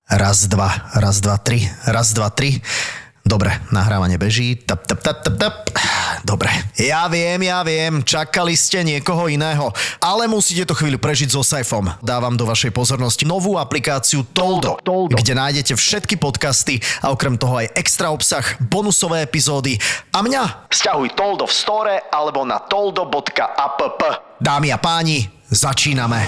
Raz, dva, tri. Dobre, nahrávanie beží. Tap. Dobre. Ja viem, čakali ste niekoho iného, ale musíte to chvíľu prežiť so Saifom. Dávam do vašej pozornosti novú aplikáciu Toldo, kde nájdete všetky podcasty a okrem toho aj extra obsah, bonusové epizódy a mňa. Sťahuj Toldo v store alebo na toldo.app. Dámy a páni, začíname.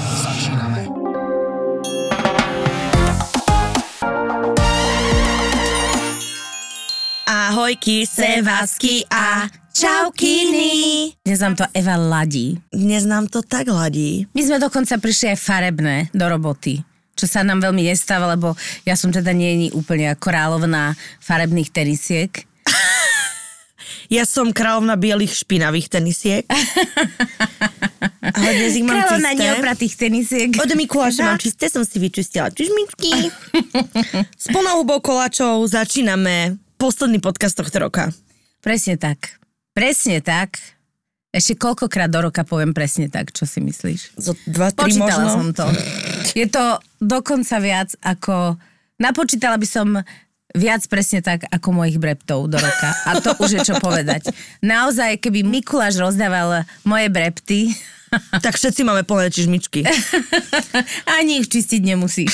Ahojky, sevásky a čaukiny. Dnes nám to Eva ladí. Dnes nám to tak ladí. My sme dokonca prišli aj farebné do roboty, čo sa nám veľmi nestáva, lebo ja som teda nie úplne kráľovná farebných tenisiek. Ja som kráľovná bielých špinavých tenisiek. Ale dnes ich mám kráľovná čisté. neopratých tenisiek. Od Mikuláša mám čisté, som si vyčistila čižmičky. S plnou hubou koláčov začíname posledný podcast tohto roka. Presne tak. Ešte koľkokrát do roka poviem presne tak, čo si myslíš? Zo 2-3 Počítala možno. som to. Je to dokonca viac ako... Napočítala by som viac presne tak ako mojich breptov do roka. A to už je čo povedať. Naozaj, keby Mikuláš rozdával moje brepty... Tak všetci máme plné čižmičky. Ani ich čistiť nemusíš.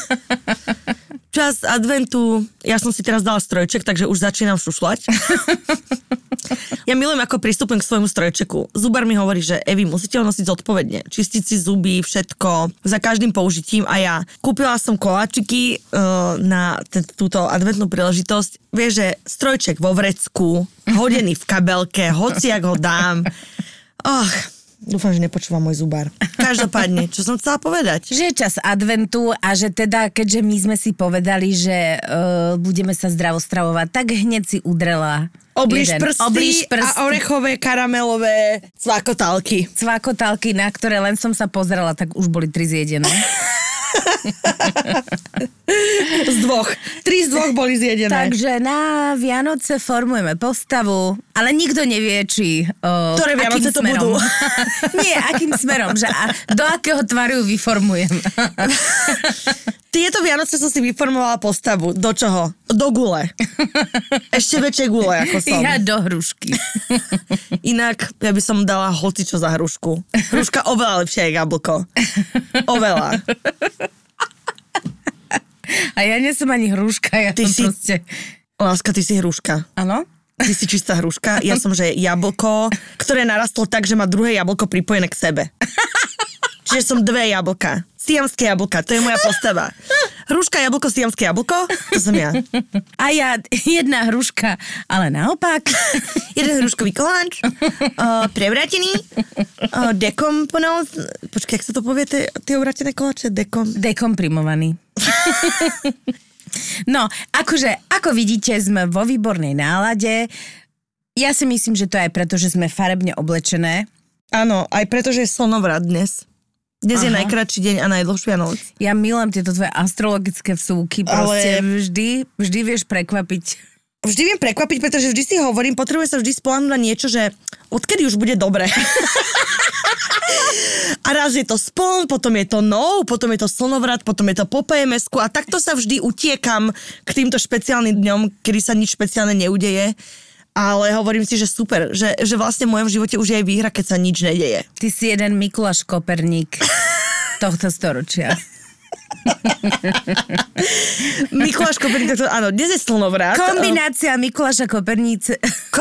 Čas adventu, ja som si teraz dala strojček, takže už začínam šušľať. Ja milujem, ako pristupujem k svojmu strojčeku. Zubar mi hovorí, že Evi, musíte ho nosiť zodpovedne. Čistiť si zuby, všetko, za každým použitím. A ja kúpila som koláčiky na túto adventnú príležitosť. Vieš, že strojček vo vrecku, hodený v kabelke, hociak ho dám. Dúfam, že nepočúva môj zubar. Každopádne, čo som chcela povedať? Že je čas adventu a že teda, keďže my sme si povedali, že budeme sa zdravo stravovať, tak hneď si udrela Obliž prsty a orechové, karamelové cvakotálky. Cvakotálky, na ktoré len som sa pozerala, tak už boli 3 zjedené. Z 2. 3 z 2 boli zjedené. Takže na Vianoce formujeme postavu, ale nikto nevie, či... Ktoré Vianoce to smerom. budú. Nie, akým smerom, že do akého tvaru ju vyformujem. Tieto Vianoce som si vyformovala postavu. Do čoho? Do gule. Ešte väčšie gule, ako som. Ja do hrušky. Inak, ja by som dala hocičo za hrušku. Hruška oveľa lepšia je jablko. Oveľa. A ja nie som ani hruška, ja Ty to si... proste... Láska, ty si hruška. Áno? Ty si čistá hruška. Ja som, že jablko, ktoré narastlo tak, že má druhé jablko pripojené k sebe. Čiže som 2 jablka. Siamské jablka, to je moja postava. Hruška, jablko, siamské jablko, to som ja. A ja 1 hruška, ale naopak. 1 hruškový koláč, prevrátený, dekomponovaný, počkaj, jak sa to povie, tie uvrátené koláče? Dekomprimovaný. No, akože, ako vidíte, sme vo výbornej nálade. Ja si myslím, že to aj preto, že sme farebne oblečené. Áno, aj preto, že je slnovrat dnes. Dnes je najkratší deň a najdlhšia noc. Ja milujem tieto tvoje astrologické vsúky, proste vždy vieš prekvapiť. Vždy viem prekvapiť, pretože vždy si hovorím, potrebujem sa vždy spoľahnúť na niečo, že odkedy už bude dobre. A raz je to spln, potom je to potom je to slnovrat, potom je to po PMS-ku a takto sa vždy utiekam k týmto špeciálnym dňom, kedy sa nič špeciálne neudeje. Ale hovorím si, že super, že vlastne v mojom živote už je aj výhra, keď sa nič nedeje. Ty si jeden Mikuláš Koperník tohto storočia. Mikuláš Koperník, áno, dnes je slnovrat. Kombinácia Mikuláša Koperníka.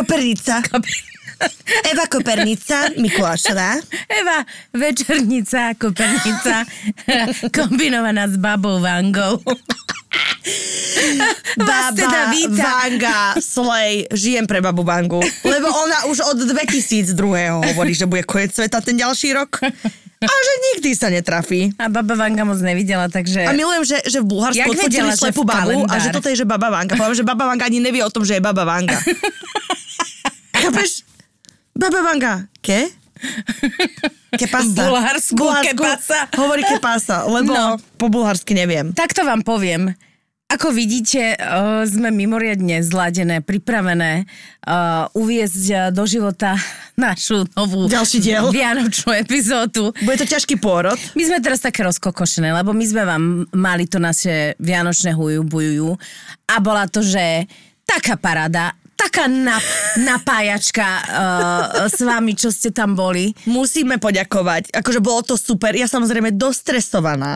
Eva Kopernica, Mikulášová. Eva Večernica, Kopernica, kombinovaná s babou Vangou. Baba Vanga, slej, žijem pre babu Vangu. Lebo ona už od 2002. hovorí, že bude koniec sveta ten ďalší rok. A že nikdy sa netrafí. A baba Vanga moc nevidela, takže... A milujem, že v Bulharsku odfotili slepú babu a že toto je, že baba Vanga. Poviem, že baba Vanga ani nevie o tom, že je baba Vanga. Chápeš? Baba Vanga. Ke? Que pasa? V Bulharsku ke pasa. Hovorí ke pasa, lebo po bulharsky neviem. Tak to vám poviem. Ako vidíte, sme mimoriadne zladené, pripravené uviesť do života našu novú ďalší diel, vianočnú epizódu. Bude to ťažký pôrod. My sme teraz také rozkokošené, lebo my sme vám mali to naše vianočné huju-bujujú a bola to, že taká paráda, taká napájačka s vami, čo ste tam boli. Musíme poďakovať. Akože bolo to super. Ja samozrejme dostresovaná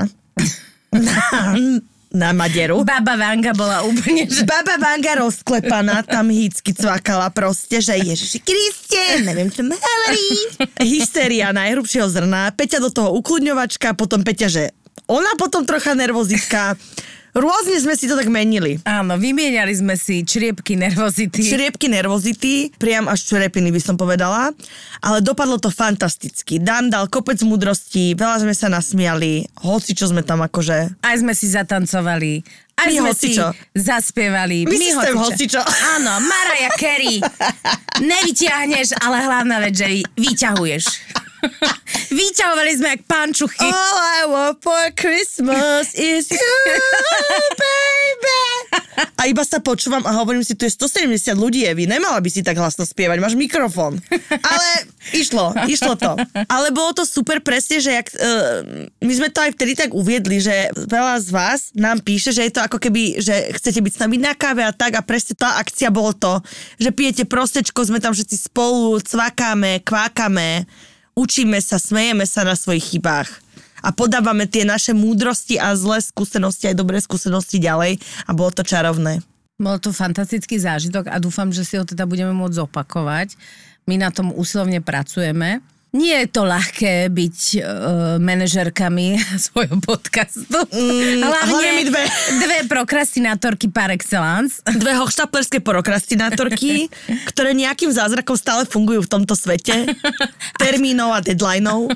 na Maderu. Baba Vanga bola úplne... Baba Vanga rozklepaná, tam hýcky cvakala proste, že Ježiši Kriste, neviem, čo hovorí. Hystéria najhrubšieho zrna. Peťa do toho ukludňovačka, potom Peťa, že ona potom trocha nervozitka. Rôzne sme si to tak menili. Áno, vymieniali sme si čriepky nervozity. Čriepky nervozity, priam až črepiny by som povedala. Ale dopadlo to fantasticky. Dan dal kopec múdrostí, veľa sme sa nasmiali, hoci čo sme tam akože... Aj sme si zatancovali, aj sme si zaspievali. My hocičo. Áno, Mariah Carey. Nevyťahneš, ale hlavná vec, že vyťahuješ. Vyťahovali sme jak pančuchy. All I want for Christmas is you, baby. A iba sa počúvam a hovorím si, tu je 170 ľudí, Evi, nemala by si tak hlasno spievať, máš mikrofón. Ale išlo to. Ale bolo to super presne, že my sme to aj vtedy tak uviedli, že veľa z vás nám píše, že je to ako keby, že chcete byť s nami na káve a tak a presne tá akcia bolo to, že pijete prostečko, sme tam všetci spolu, cvakáme, kvákame, učíme sa, smejeme sa na svojich chybách a podávame tie naše múdrosti a zlé skúsenosti, aj dobré skúsenosti ďalej a bolo to čarovné. Bol to fantastický zážitok a dúfam, že si ho teda budeme môcť zopakovať. My na tom usilovne pracujeme. Nie je to ľahké byť manažerkami svojho podcastu. Hlavne my dve prokrastinátorky par excellence. Dve hochštaplerské prokrastinátorky, ktoré nejakým zázrakom stále fungujú v tomto svete. Termínov a deadlineov.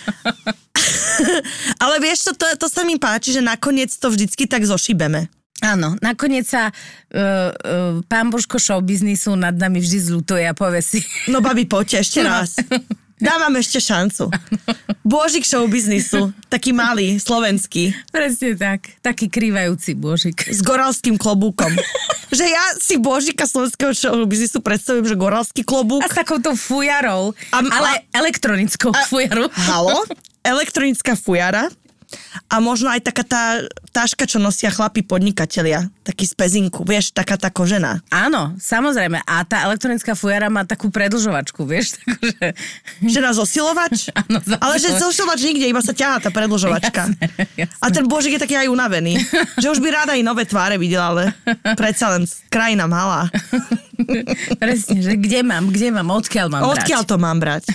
Ale vieš, to sa mi páči, že nakoniec to vždycky tak zošibeme. Áno, nakoniec sa pán Božko showbiznisu nad nami vždy zľutuje a povie si... No babi, poďte ešte raz. Dávam ešte šancu. Božik showbiznisu, taký malý, slovenský. Presne tak, taký krývajúci Božik. S goralským klobúkom. Že ja si Božika slovenského showbiznisu predstavujem, že goralský klobúk. A s takouto fujarou, ale elektronickou fujarou. Halo? Elektronická fujara. A možno aj taká tá táška, čo nosia chlapi podnikatelia. Taký z pezinku, vieš, taká tá kožená. Áno, samozrejme. A tá elektronická fujara má takú predĺžovačku, vieš. Takže... Že na zosilovač? Áno, ale že zosilovač nikde, iba sa ťahá tá predĺžovačka. Jasné. A ten Božik je taký aj unavený. Že už by rada aj nové tváre videla, ale predsa len krajina malá. Presne, že kde mám, odkiaľ mám brať. Odkiaľ to mám brať?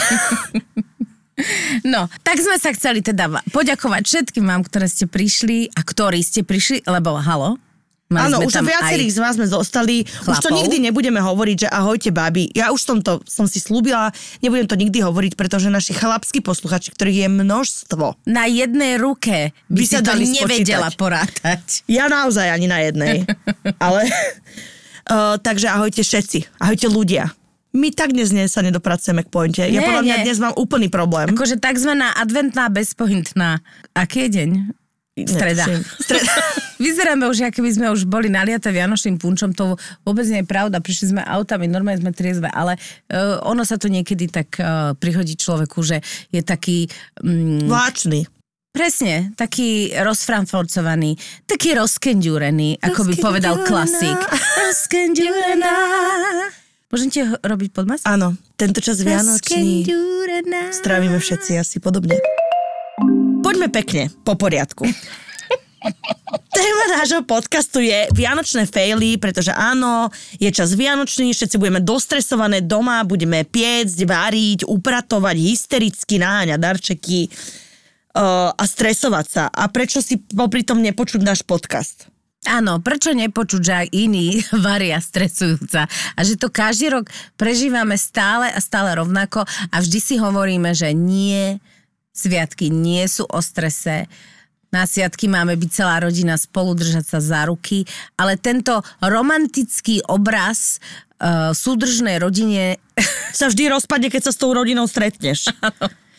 No, tak sme sa chceli teda poďakovať všetkým vám, ktorí ste prišli, lebo halo. Áno, už viacerých z vás sme zostali. Chlapov. Už to nikdy nebudeme hovoriť, že ahojte, babi. Ja už som si slúbila, nebudem to nikdy hovoriť, pretože naši chlapskí posluchači, ktorých je množstvo. Na jednej ruke by si to nevedela porátať. Ja naozaj ani na jednej. Ale, takže ahojte všetci. Ahojte ľudia. My tak dnes sa nedopracujeme k pointe. Ja podľa mňa dnes mám úplný problém. Akože takzvaná adventná bezpointná. Aký je deň? Streda. Vyzeráme už, aké by sme už boli naliaté vianočným punčom. To vôbec nie je pravda. Prišli sme autami, normálne sme triezve, ale ono sa to niekedy tak prihodí človeku, že je taký... Vláčný. Presne, taký rozfranforcovaný, taký rozkenďúrený, ako by povedal klasik. Rozkenďúrená. Môžem ti robiť podmas? Áno, tento čas vianočný strávime všetci asi podobne. Poďme pekne, po poriadku. Téma nášho podcastu je vianočné faily, pretože áno, je čas vianočný, všetci budeme dostresované doma, budeme piecť, váriť, upratovať, hystericky naháňať darčeky a stresovať sa. A prečo si popri tom nepočuť náš podcast? Áno, prečo nepočuť, že aj iní varia stresujúca a že to každý rok prežívame stále a stále rovnako a vždy si hovoríme, že nie, sviatky nie sú o strese, na sviatky máme byť celá rodina spolu, držať sa za ruky, ale tento romantický obraz súdržnej rodine sa vždy rozpadne, keď sa s tou rodinou stretneš. Áno.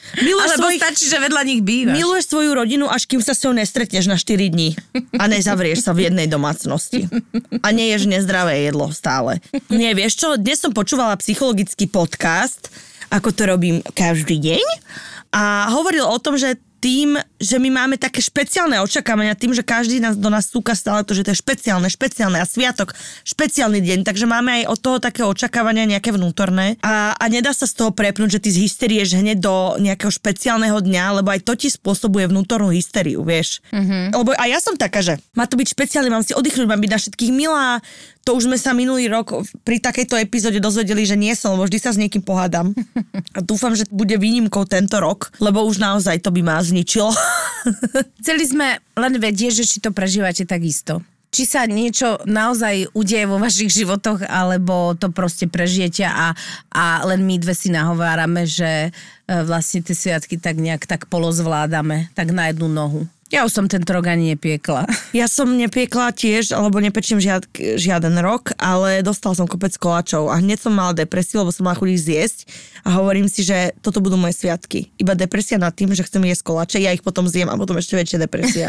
Alebo stačí, že vedľa nich bývaš. Miluješ svoju rodinu, až kým sa s ňou nestretneš na 4 dní a nezavrieš sa v jednej domácnosti. A neješ nezdravé jedlo stále. Nie, vieš čo, dnes som počúvala psychologický podcast, ako to robím každý deň a hovoril o tom, že tým, že my máme také špeciálne očakávania, tým, že každý do nás súka stále to, že to je špeciálne a sviatok, špeciálny deň, takže máme aj od toho také očakávania nejaké vnútorné a nedá sa z toho prepnúť, že ty zhysterieš hneď do nejakého špeciálneho dňa, lebo aj to ti spôsobuje vnútornú hysteriu, vieš. Lebo a ja som taká, že má to byť špeciálne, mám si oddychnúť, mám byť na všetkých milá. To už sme sa minulý rok pri takejto epizóde dozvedeli, že nie som, lebo vždy sa s niekým pohádam. A dúfam, že bude výnimkou tento rok, lebo už naozaj to by ma zničilo. Chceli sme len vedieť, že či to prežívate takisto. Či sa niečo naozaj udeje vo vašich životoch, alebo to proste prežijete a len my dve si nahovárame, že vlastne tie sviatky tak nejak tak polozvládame, tak na jednu nohu. Ja už som tento rok ani nepiekla. Ja som nepiekla tiež, alebo nepečím žiaden rok, ale dostala som kopec koláčov a hneď som mala depresiu, lebo som mala chuť ich zjesť a hovorím si, že toto budú moje sviatky. Iba depresia nad tým, že chcem jesť koláče, ja ich potom zjem a potom ešte väčšia depresia.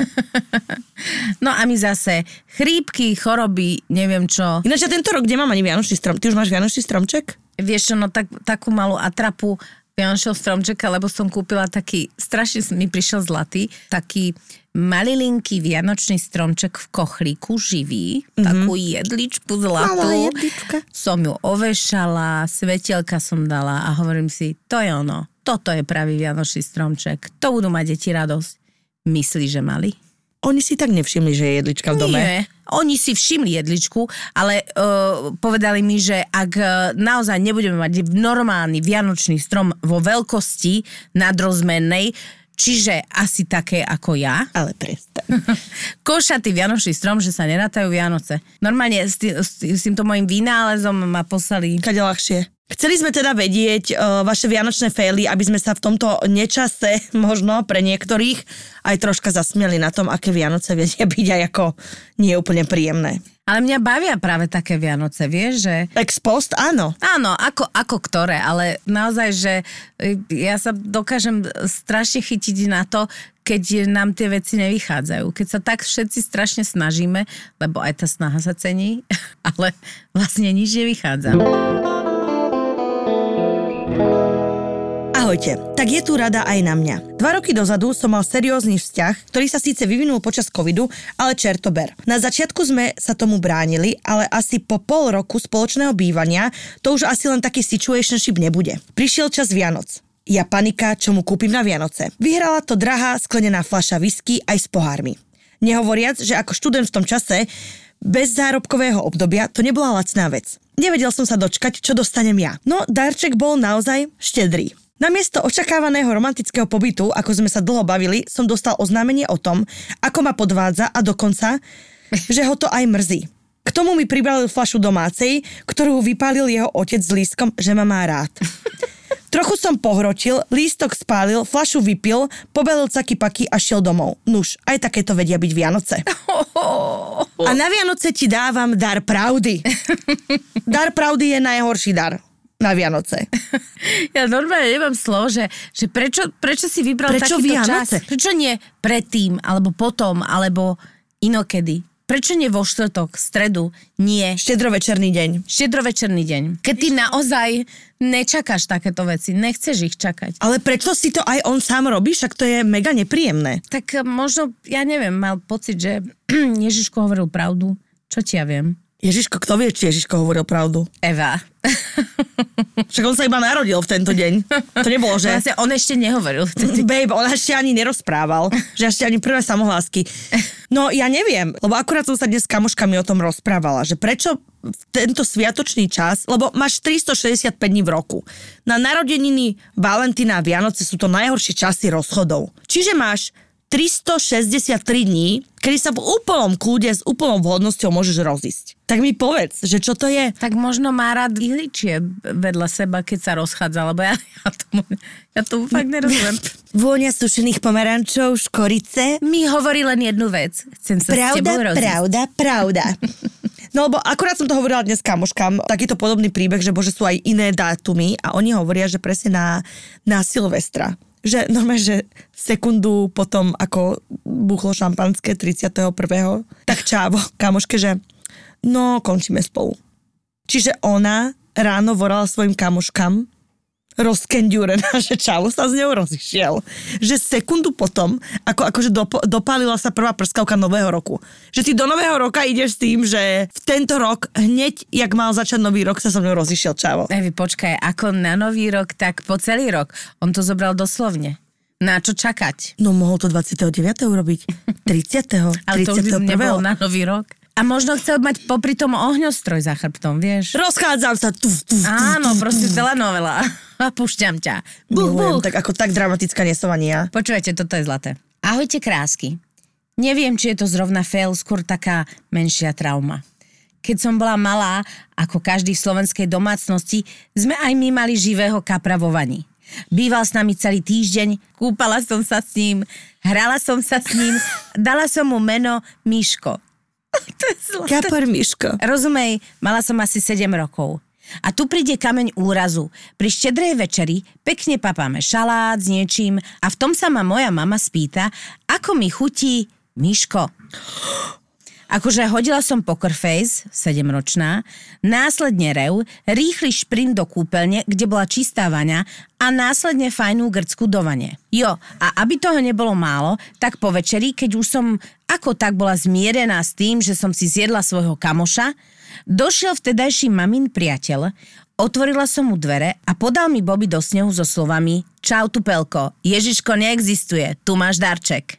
No a my zase chrípky, choroby, neviem čo. Ináč ja tento rok nemám ani vianočný strom. Ty už máš vianočný stromček? Vieš čo, no takú malú atrapu vianočného stromčeka, lebo som kúpila taký, strašne mi prišiel zlatý, taký malilinký vianočný stromček v kochlíku, živý, takú jedličku zlatú. Malá jedlička. Som ju ovešala, svetielka som dala a hovorím si, to je ono, toto je pravý vianočný stromček, to budú mať deti radosť. Myslíš, že mali? Oni si tak nevšimli, že je jedlička v dome. Nie, oni si všimli jedličku, ale povedali mi, že ak naozaj nebudeme mať normálny vianočný strom vo veľkosti nadrozmennej, čiže asi také ako ja. Ale prestaň. Košatý vianočný strom, že sa nerátajú Vianoce. Normálne s týmto mojím vynálezom ma poslali. Kade ľahšie. Chceli sme teda vedieť vaše vianočné faily, aby sme sa v tomto nečase možno pre niektorých aj troška zasmieli na tom, aké Vianoce vedia byť aj ako nie úplne príjemné. Ale mňa bavia práve také Vianoce, vieš, že... Ex post, áno. Áno, ako ktoré, ale naozaj, že ja sa dokážem strašne chytiť na to, keď nám tie veci nevychádzajú. Keď sa tak všetci strašne snažíme, lebo aj tá snaha sa cení, ale vlastne nič nevychádza. Ahojte, tak je tu rada aj na mňa. 2 roky dozadu som mal seriózny vzťah, ktorý sa síce vyvinul počas covidu, ale čertober. Na začiatku sme sa tomu bránili, ale asi po pol roku spoločného bývania to už asi len taký situationship nebude. Prišiel čas Vianoc. Ja panika, čo mu kúpim na Vianoce. Vyhrala to drahá sklenená fľaša whisky aj s pohármi. Nehovoriac, že ako študent v tom čase bez zárobkového obdobia to nebola lacná vec. Nevedel som sa dočkať, čo dostanem ja. No, darček bol naozaj štedrý. Namiesto očakávaného romantického pobytu, ako sme sa dlho bavili, som dostal oznámenie o tom, ako ma podvádza a dokonca, že ho to aj mrzí. K tomu mi pribalil fľašu domácej, ktorú vypálil jeho otec s lístkom, že ma má rád. Trochu som pohročil, lístok spálil, fľašu vypil, pobelil caky-paky a šiel domov. Nuž, aj takéto vedia byť Vianoce. A na Vianoce ti dávam dar pravdy. Dar pravdy je najhorší dar na Vianoce. Ja normálne nemám slovo, že prečo si vybral takýto Vianoce? čas? Prečo nie predtým, alebo potom, alebo inokedy? Prečo nie vo štvrtok, stredu, nie? Štedrovečerný deň. Štedrovečerný deň. Keď ty naozaj nečakáš takéto veci, nechceš ich čakať. Ale prečo si to aj on sám robí? Však to je mega nepríjemné. Tak možno, ja neviem, mal pocit, že Ježiško hovoril pravdu. Čo ti ja viem? Ježiško, kto vie, či Ježiško hovoril pravdu? Eva. Však on sa iba narodil v tento deň. To nebolo, že... Vlastne on ešte nehovoril. Babe, on ešte ani nerozprával. Že ešte ani prvé samohlásky. No ja neviem, lebo akurát som sa dnes s kamoškami o tom rozprávala, že prečo v tento sviatočný čas, lebo máš 365 dní v roku. Na narodeniny, Valentína a Vianoce sú to najhoršie časy rozchodov. Čiže máš 363 dní, kedy sa v úplnom kľude s úplnou vhodnosťou môžeš rozísť. Tak mi povedz, že čo to je? Tak možno má rád ihličie vedľa seba, keď sa rozchádza, lebo ja tomu fakt nerozumiem. Vôňa sušených pomarančov, škorice. Mi hovorí len jednu vec. Chcem sa s tebou rozísť. Pravda. No lebo akurát som to hovorila dnes kamoškám, takýto podobný príbeh, že bože sú aj iné dátumy a oni hovoria, že presne na Silvestra. že normálne, že sekundu potom, ako buchlo šampanské 31. tak čávo, kamoške, že no, končíme spolu. Čiže ona ráno volala svojim kamoškám rozkenďúrená, že čavo sa s ňou rozišiel. Že sekundu potom, akože dopálila sa prvá prskavka nového roku. Že ty do nového roka ideš s tým, že v tento rok, hneď, jak mal začať nový rok, sa so mnou rozišiel čavo. Evi, počkaj, ako na nový rok, tak po celý rok. On to zobral doslovne. Na čo čakať? No mohol to 29. urobiť. 30. Ale to už 31. nebolo na nový rok. A možno chcel mať popri tom ohňostroj za chrbtom, vieš? Rozchádzam sa. Áno, proste telenovela. A púšťam ťa. Milujem, tak dramatická nie som ani ja. Počúvajte, toto je zlaté. Ahojte krásky. Neviem, či je to zrovna fail, skôr taká menšia trauma. Keď som bola malá, ako každý v slovenskej domácnosti, sme aj my mali živého kapra vo vani. Býval s nami celý týždeň, kúpala som sa s ním, hrala som sa s ním, dala som mu meno Miško. To je zlaté. Kapor Miško. Rozumej, mala som asi 7 rokov. A tu príde kameň úrazu. Pri štedrej večeri pekne papáme šalát s niečím a v tom sa ma moja mama spýta, ako mi chutí Miško. Akože hodila som poker face, 7-ročná, následne rev, rýchly šprint do kúpeľne, kde bola čistá vaňa a následne fajnú grcku do vane. Jo, a aby toho nebolo málo, tak po večeri, keď už som ako tak bola zmierená s tým, že som si zjedla svojho kamoša, došiel vtedajší mamin priateľ, otvorila som mu dvere a podal mi Bobby do snehu so slovami Čau Tupelko, Ježiško neexistuje, tu máš darček.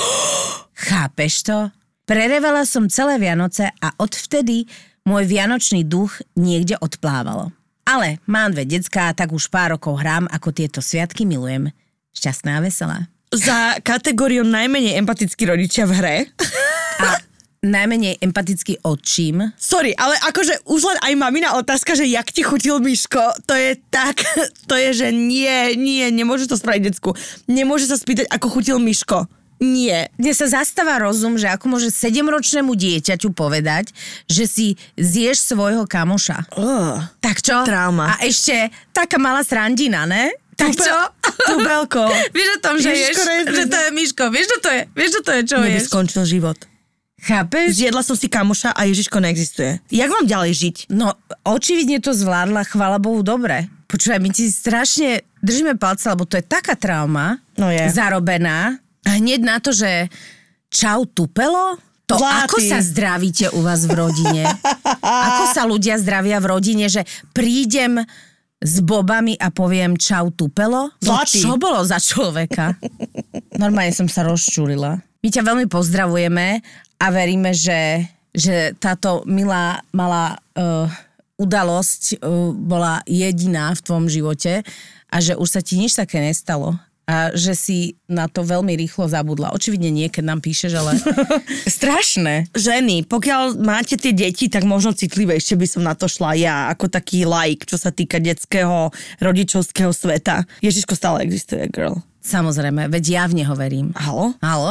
Chápeš to? Prerevala som celé Vianoce a odvtedy môj vianočný duch niekde odplávalo. Ale mám 2 decká, tak už pár rokov hrám, ako tieto sviatky milujem. Šťastná a veselá. Za kategóriu najmenej empatickí rodičia v hre. A najmenej empatický odčím. Sorry, ale akože už len aj mamina otázka, že jak ti chutil Miško, to je tak, to je, že nie, nemôže to spraviť decku. Nemôže sa spýtať, ako chutil Miško. Nie. Mne sa zastáva rozum, že ako môže 7-ročnému dieťaťu povedať, že si zješ svojho kamoša. Tak čo? Trauma. A ešte taká malá srandina, ne? Tak čo? Tubelko. Vieš o tom, že to je Miško. Vieš, čo to je, čo Mne by ješ? skončil život. Chápeš? Zjedla som si kamoša a Ježiško neexistuje. Jak mám ďalej žiť? No, očividne to zvládla, chvála Bohu, dobre. Počúvaj, my ti strašne držíme palce, lebo to je taká trauma. No je. Zarobená. A hneď na to, že čau Tupelo? To Zlatý. Ako sa zdravíte u vás v rodine? Ako sa ľudia zdravia v rodine, že prídem s bobami a poviem čau Tupelo? Zlatý. Čo bolo za človeka? Normálne som sa rozčúlila. My ťa veľmi pozdravujeme a veríme, že táto milá, malá udalosť bola jediná v tvojom živote a že už sa ti nič také nestalo. A že si na to veľmi rýchlo zabudla. Očividne nie, keď nám píšeš, ale strašné. Ženy, pokiaľ máte tie deti, tak možno citlivejšie by som na to šla ja, ako taký laik, čo sa týka detského, rodičovského sveta. Ježiško stále existuje, girl. Samozrejme, veď ja v neho verím. Haló? Haló?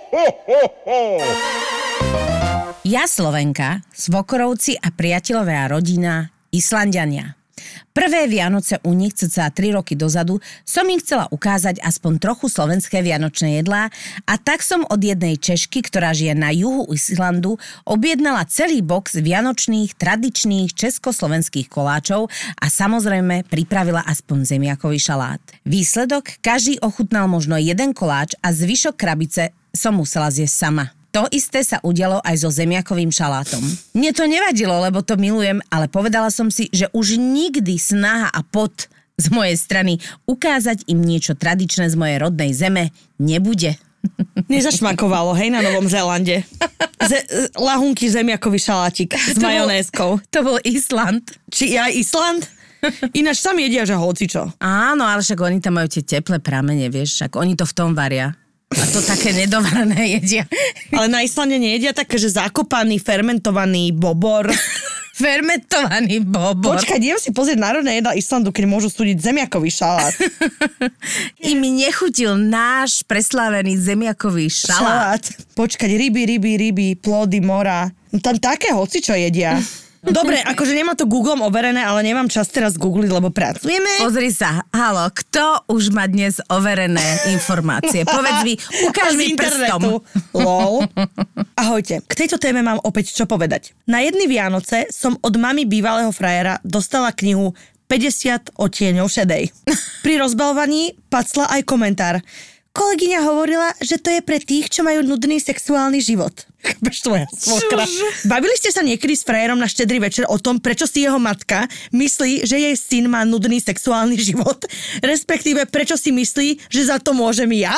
Ja Slovenka, Svokorovci a priateľovia rodina Islanďania. Prvé Vianoce u nich cca 3 roky dozadu som im chcela ukázať aspoň trochu slovenské vianočné jedlá a tak som od jednej Češky, ktorá žije na juhu Islandu, objednala celý box vianočných, tradičných československých koláčov a samozrejme pripravila aspoň zemiakový šalát. Výsledok, každý ochutnal možno jeden koláč a zvyšok krabice som musela zjesť sama. To isté sa udialo aj so zemiakovým šalátom. Mne to nevadilo, lebo to milujem, ale povedala som si, že už nikdy snaha a pot z mojej strany ukázať im niečo tradičné z mojej rodnej zeme nebude. Nezašmakovalo, hej, na Novom Zélande. Lahunky zemiakový šalátik s majonézkou. To bol Island. Či aj Island? Ináč tam jedia, že hocičo. Áno, ale však oni tam majú tie teplé pramene, vieš, však oni to v tom varia. A to také nedovarené jedia. Ale na Islande nejedia také, že zakopaný, fermentovaný bobor. Fermentovaný bobor. Počkaj, idem si pozrieť národné jedlá Islandu, keď môžu súdiť zemiakový šalát. Im nechutil náš preslávený zemiakový šalát. Počkať, ryby, plody, mora. No tam také hocičo jedia. Dobre, akože nemá to Googlom overené, ale nemám čas teraz googliť, lebo pracujeme. Pozri sa, halo, kto už má dnes overené informácie? Povedz mi, ukáž mi prstom. Lol. Ahojte, k tejto téme mám opäť čo povedať. Na jedny Vianoce som od mami bývalého frajera dostala knihu 50 odtieňov šedej. Pri rozbalovaní pacla aj komentár. Kolegyňa hovorila, že to je pre tých, čo majú nudný sexuálny život. Chápeš, tvoja svokra. Bavili ste sa niekedy s frajerom na štedrý večer o tom, prečo si jeho matka myslí, že jej syn má nudný sexuálny život? Respektíve, prečo si myslí, že za to môžem ja?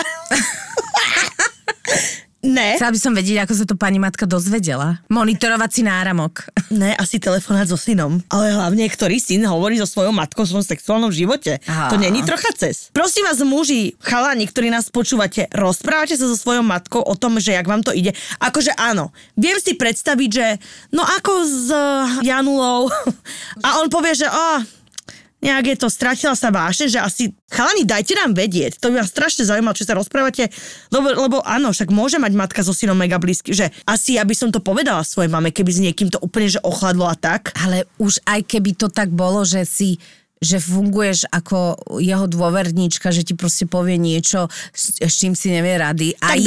Ne. Chcela by som vedieť, ako sa to pani matka dozvedela. Monitorovací náramok. Ne, asi telefonát so synom. Ale hlavne, ktorý syn hovorí so svojou matkou o svojom sexuálnom živote. To není trocha cez. Prosím vás, muži, chalani, ktorí nás počúvate, rozprávate sa so svojou matkou o tom, že jak vám to ide. Akože áno, viem si predstaviť, že no ako s Janulou. A on povie, že nejak je to, stratila sa vášeň, že asi, chalani, dajte nám vedieť. To by ma strašne zaujímalo, či sa rozprávate, lebo áno, však môže mať matka so synom mega blízky, že asi ja by som to povedala svojej mame, keby s niekým to úplne, že ochladlo a tak. Ale už aj keby to tak bolo, že funguješ ako jeho dôverníčka, že ti proste povie niečo, s čím si nevie rady. A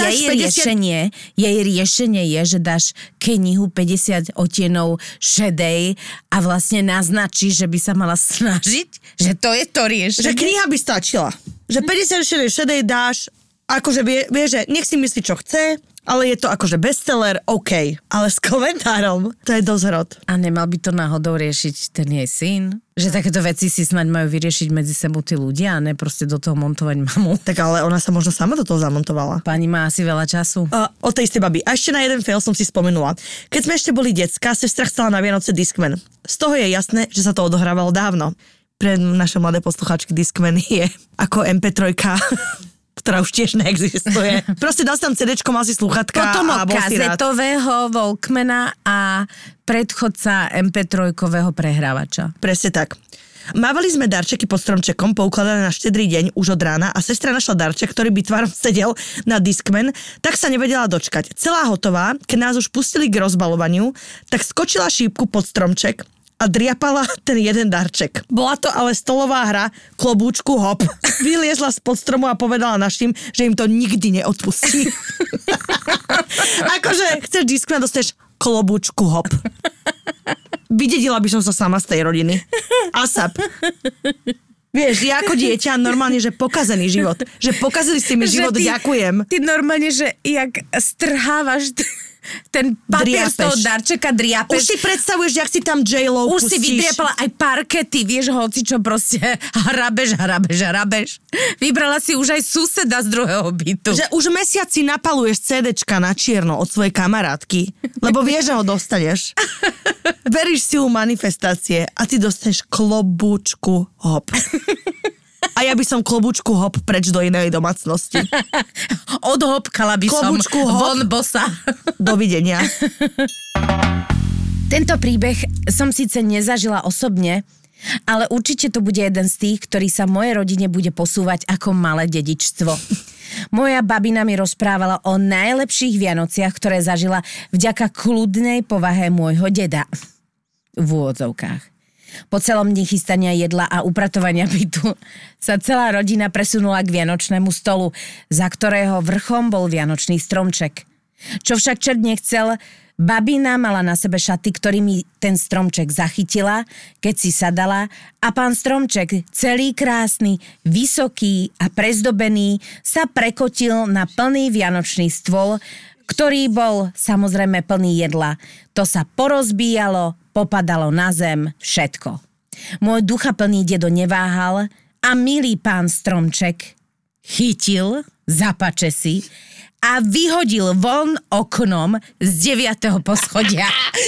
jej riešenie je, že dáš knihu 50 odtienov šedej a vlastne naznačí, že by sa mala snažiť, že to je to riešenie. Že kniha by stačila. Že 50 šedej dáš, akože vie, že nech si myslí, čo chce, ale je to akože bestseller, OK. Ale s komentárom, to je dosť hrot. A nemal by to náhodou riešiť ten jej syn? Že takéto veci si snáď majú vyriešiť medzi sebou tí ľudia a ne proste do toho montovať mamu. Tak ale ona sa možno sama do toho zamontovala. Pani má asi veľa času. O tej istej babi. A ešte na jeden fail som si spomenula. Keď sme ešte boli decká, sestra chcela na Vianoce Discman. Z toho je jasné, že sa to odohrávalo dávno. Pre naše mladé poslucháčky Discman je ako MP3, ktorá už tiež neexistuje. Proste dal tam CDčko, mal si slúchatka a bol si rád. Kazetového Walkmana a predchodca MP3-kového prehrávača. Presne tak. Mávali sme darčeky pod stromčekom, poukladané na štedrý deň už od rána a sestra našla darček, ktorý by tvarom sedel na Discman, tak sa nevedela dočkať. Celá hotová, keď nás už pustili k rozbalovaniu, tak skočila šípku pod stromček a driapala ten jeden darček. Bola to ale stolová hra Klobúčku hop. Vyliezla spod stromu a povedala našim, že im to nikdy neodpustí. Akože chceš Discman, dostaneš Klobúčku hop. Vydedila by som sa sama z tej rodiny. ASAP. Vieš, ja ako dieťa normálne, že pokazený život. Že pokazili ste mi život, ďakujem. Ty normálne, že jak strhávaš ten papier z toho darčeka, driapeš. Už si predstavuješ, jak si tam J-Lo už pustíš. Si vydriapala aj parkety, vieš, hoci čo proste hrabeš. Vybrala si už aj suseda z druhého bytu. Že už mesiac si napaluješ CDčka na čierno od svojej kamarátky, lebo vieš, že ho dostaneš. Veríš silu manifestácie a ty dostaneš Klobúčku hop. A ja by som Klobúčku hop preč do inej domácnosti. Odhopkala by Klobúčku som hop. von bosa. Dovidenia. Tento príbeh som síce nezažila osobne, ale určite to bude jeden z tých, ktorý sa mojej rodine bude posúvať ako malé dedičstvo. Moja babina mi rozprávala o najlepších Vianociach, ktoré zažila vďaka kľudnej povahe môjho deda. V úvodzovkách. Po celom dni chystania jedla a upratovania bytu sa celá rodina presunula k vianočnému stolu, za ktorého vrchom bol vianočný stromček. Čo však čert nechcel, babina mala na sebe šaty, ktorými ten stromček zachytila, keď si sadala a pán stromček, celý krásny, vysoký a prezdobený, sa prekotil na plný vianočný stôl, ktorý bol samozrejme plný jedla. To sa porozbíjalo, popadalo na zem, všetko. Môj duchaplný dedo neváhal a milý pán stromček chytil za pačesy a vyhodil von oknom z 9. poschodia.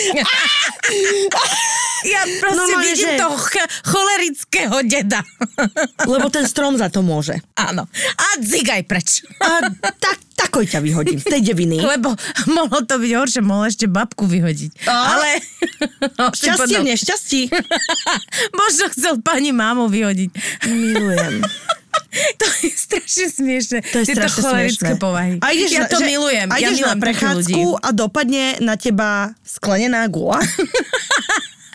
Ja proste vidím toho cholerického deda. Lebo ten strom za to môže. Áno. A dzigaj preč. A takoj ťa vyhodím z tej deviny. Lebo mohlo to byť horšie, mohlo ešte babku vyhodiť. Ale... Šťastie v nešťastí. Možno chcel pani mámu vyhodiť. Milujem. To je strašne smiešne. To je strašne cholerické smiešne. povahy. Ja to milujem. A ideš na prechádzku a dopadne na teba sklenená gula.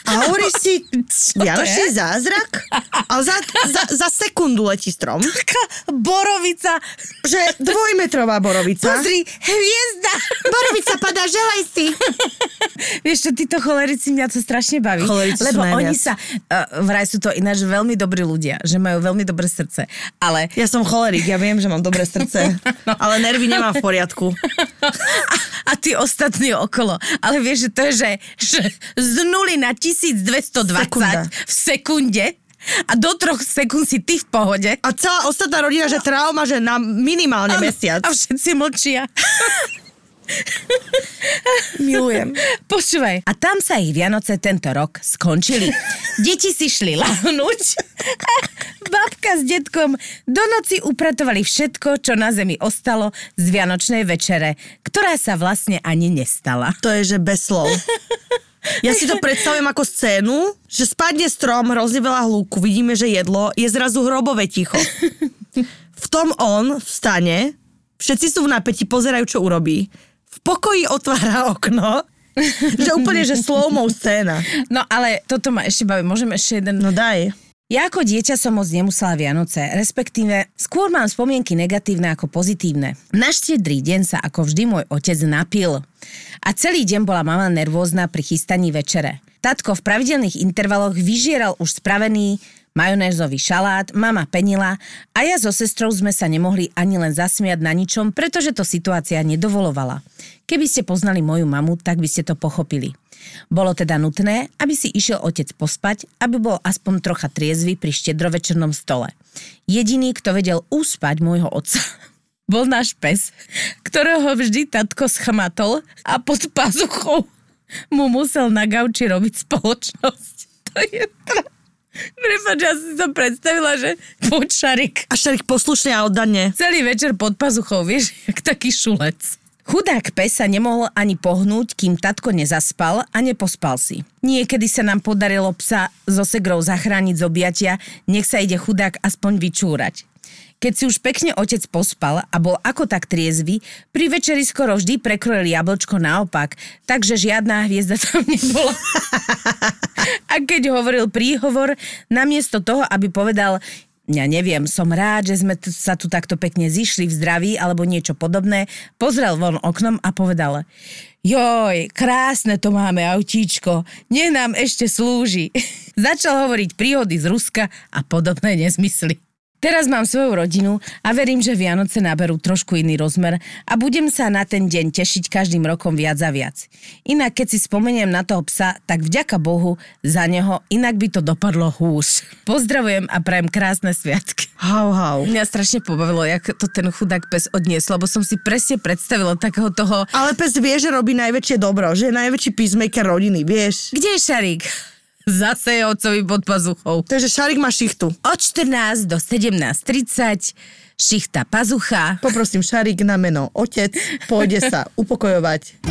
A hovoríš si, vianočný zázrak? A za sekundu letí strom. Taká borovica. Že 2-metrová borovica. Pozri, hviezda. Borovica padá, želaj si. Vieš čo, títo cholerici mňa to strašne baví. Cholerici lebo sú najviac. oni sa, vraj sú to ináč veľmi dobrí ľudia, že majú veľmi dobré srdce. Ale Ja som cholerik, ja viem, že mám dobré srdce, ale nervy nemám v poriadku. a tí ostatní okolo. Ale vieš, že to je, že z 0 na 1220 Sekunda. v sekunde a do 3 sekúnd si ty v pohode. A celá ostatná rodina, že trauma, že na minimálne mesiac. A všetci mlčia. Milujem. Počúvaj. A tam sa ich Vianoce tento rok skončili. Deti si šli lahnúť. Babka s detkom do noci upratovali všetko, čo na zemi ostalo z Vianočnej večere, ktorá sa vlastne ani nestala. To je, že bez slov. Ja si to predstavujem ako scénu, že spadne strom, hrozne veľa hluku, vidíme, že jedlo, je zrazu hrobové ticho. V tom on vstane, všetci sú v napätí, pozerajú, čo urobí. V pokoji otvára okno, že úplne, že slow-mo scéna. No ale toto ma ešte baví, môžem ešte jeden... No daj. Ja ako dieťa som moc nemusela Vianoce, respektíve skôr mám spomienky negatívne ako pozitívne. Na Štedrý deň sa ako vždy môj otec napil. A celý deň bola mama nervózna pri chystaní večere. Tatko v pravidelných intervaloch vyžieral už spravený majonézový šalát, mama penila a ja so sestrou sme sa nemohli ani len zasmiať na ničom, pretože to situácia nedovolovala. Keby ste poznali moju mamu, tak by ste to pochopili. Bolo teda nutné, aby si išiel otec pospať, aby bol aspoň trocha triezvy pri štedrovečernom stole. Jediný, kto vedel uspať môjho otca, bol náš pes, ktorého vždy tatko schmatol a pod pazuchou mu musel na gauči robiť spoločnosť. To je Prepáč, ja si to predstavila, že poď Šarik. A Šarik poslušne a oddanne. Celý večer pod pazuchou, vieš, jak taký šulec. Chudák pes sa nemohol ani pohnúť, kým tatko nezaspal a nepospal si. Niekedy sa nám podarilo psa so segrou zachrániť z objatia, nech sa ide chudák aspoň vyčúrať. Keď si už pekne otec pospal a bol ako tak triezvy, pri večeri skoro vždy prekrojil jablčko naopak, takže žiadna hviezda tam nebola. A keď hovoril príhovor, namiesto toho, aby povedal, ja neviem, som rád, že sme sa tu takto pekne zišli v zdraví alebo niečo podobné, pozrel von oknom a povedal, joj, krásne to máme autíčko, nech nám ešte slúži. Začal hovoriť príhody z Ruska a podobné nezmysly. Teraz mám svoju rodinu a verím, že Vianoce naberú trošku iný rozmer a budem sa na ten deň tešiť každým rokom viac a viac. Inak keď si spomeniem na toho psa, tak vďaka Bohu za neho, inak by to dopadlo hús. Pozdravujem a prajem krásne sviatky. Hau. Mňa strašne pobavilo, jak to ten chudák pes odniesol, lebo som si presne predstavila takého toho... Ale pes vie, že robí najväčšie dobro, že je najväčší peacemaker rodiny, vieš. Kde je Šarík? Zase je otcovi pod pazuchou. Takže Šarik má šichtu. Od 14 do 17:30 šichta pazucha. Poprosím Šarik na meno otec, pôjde sa upokojovať.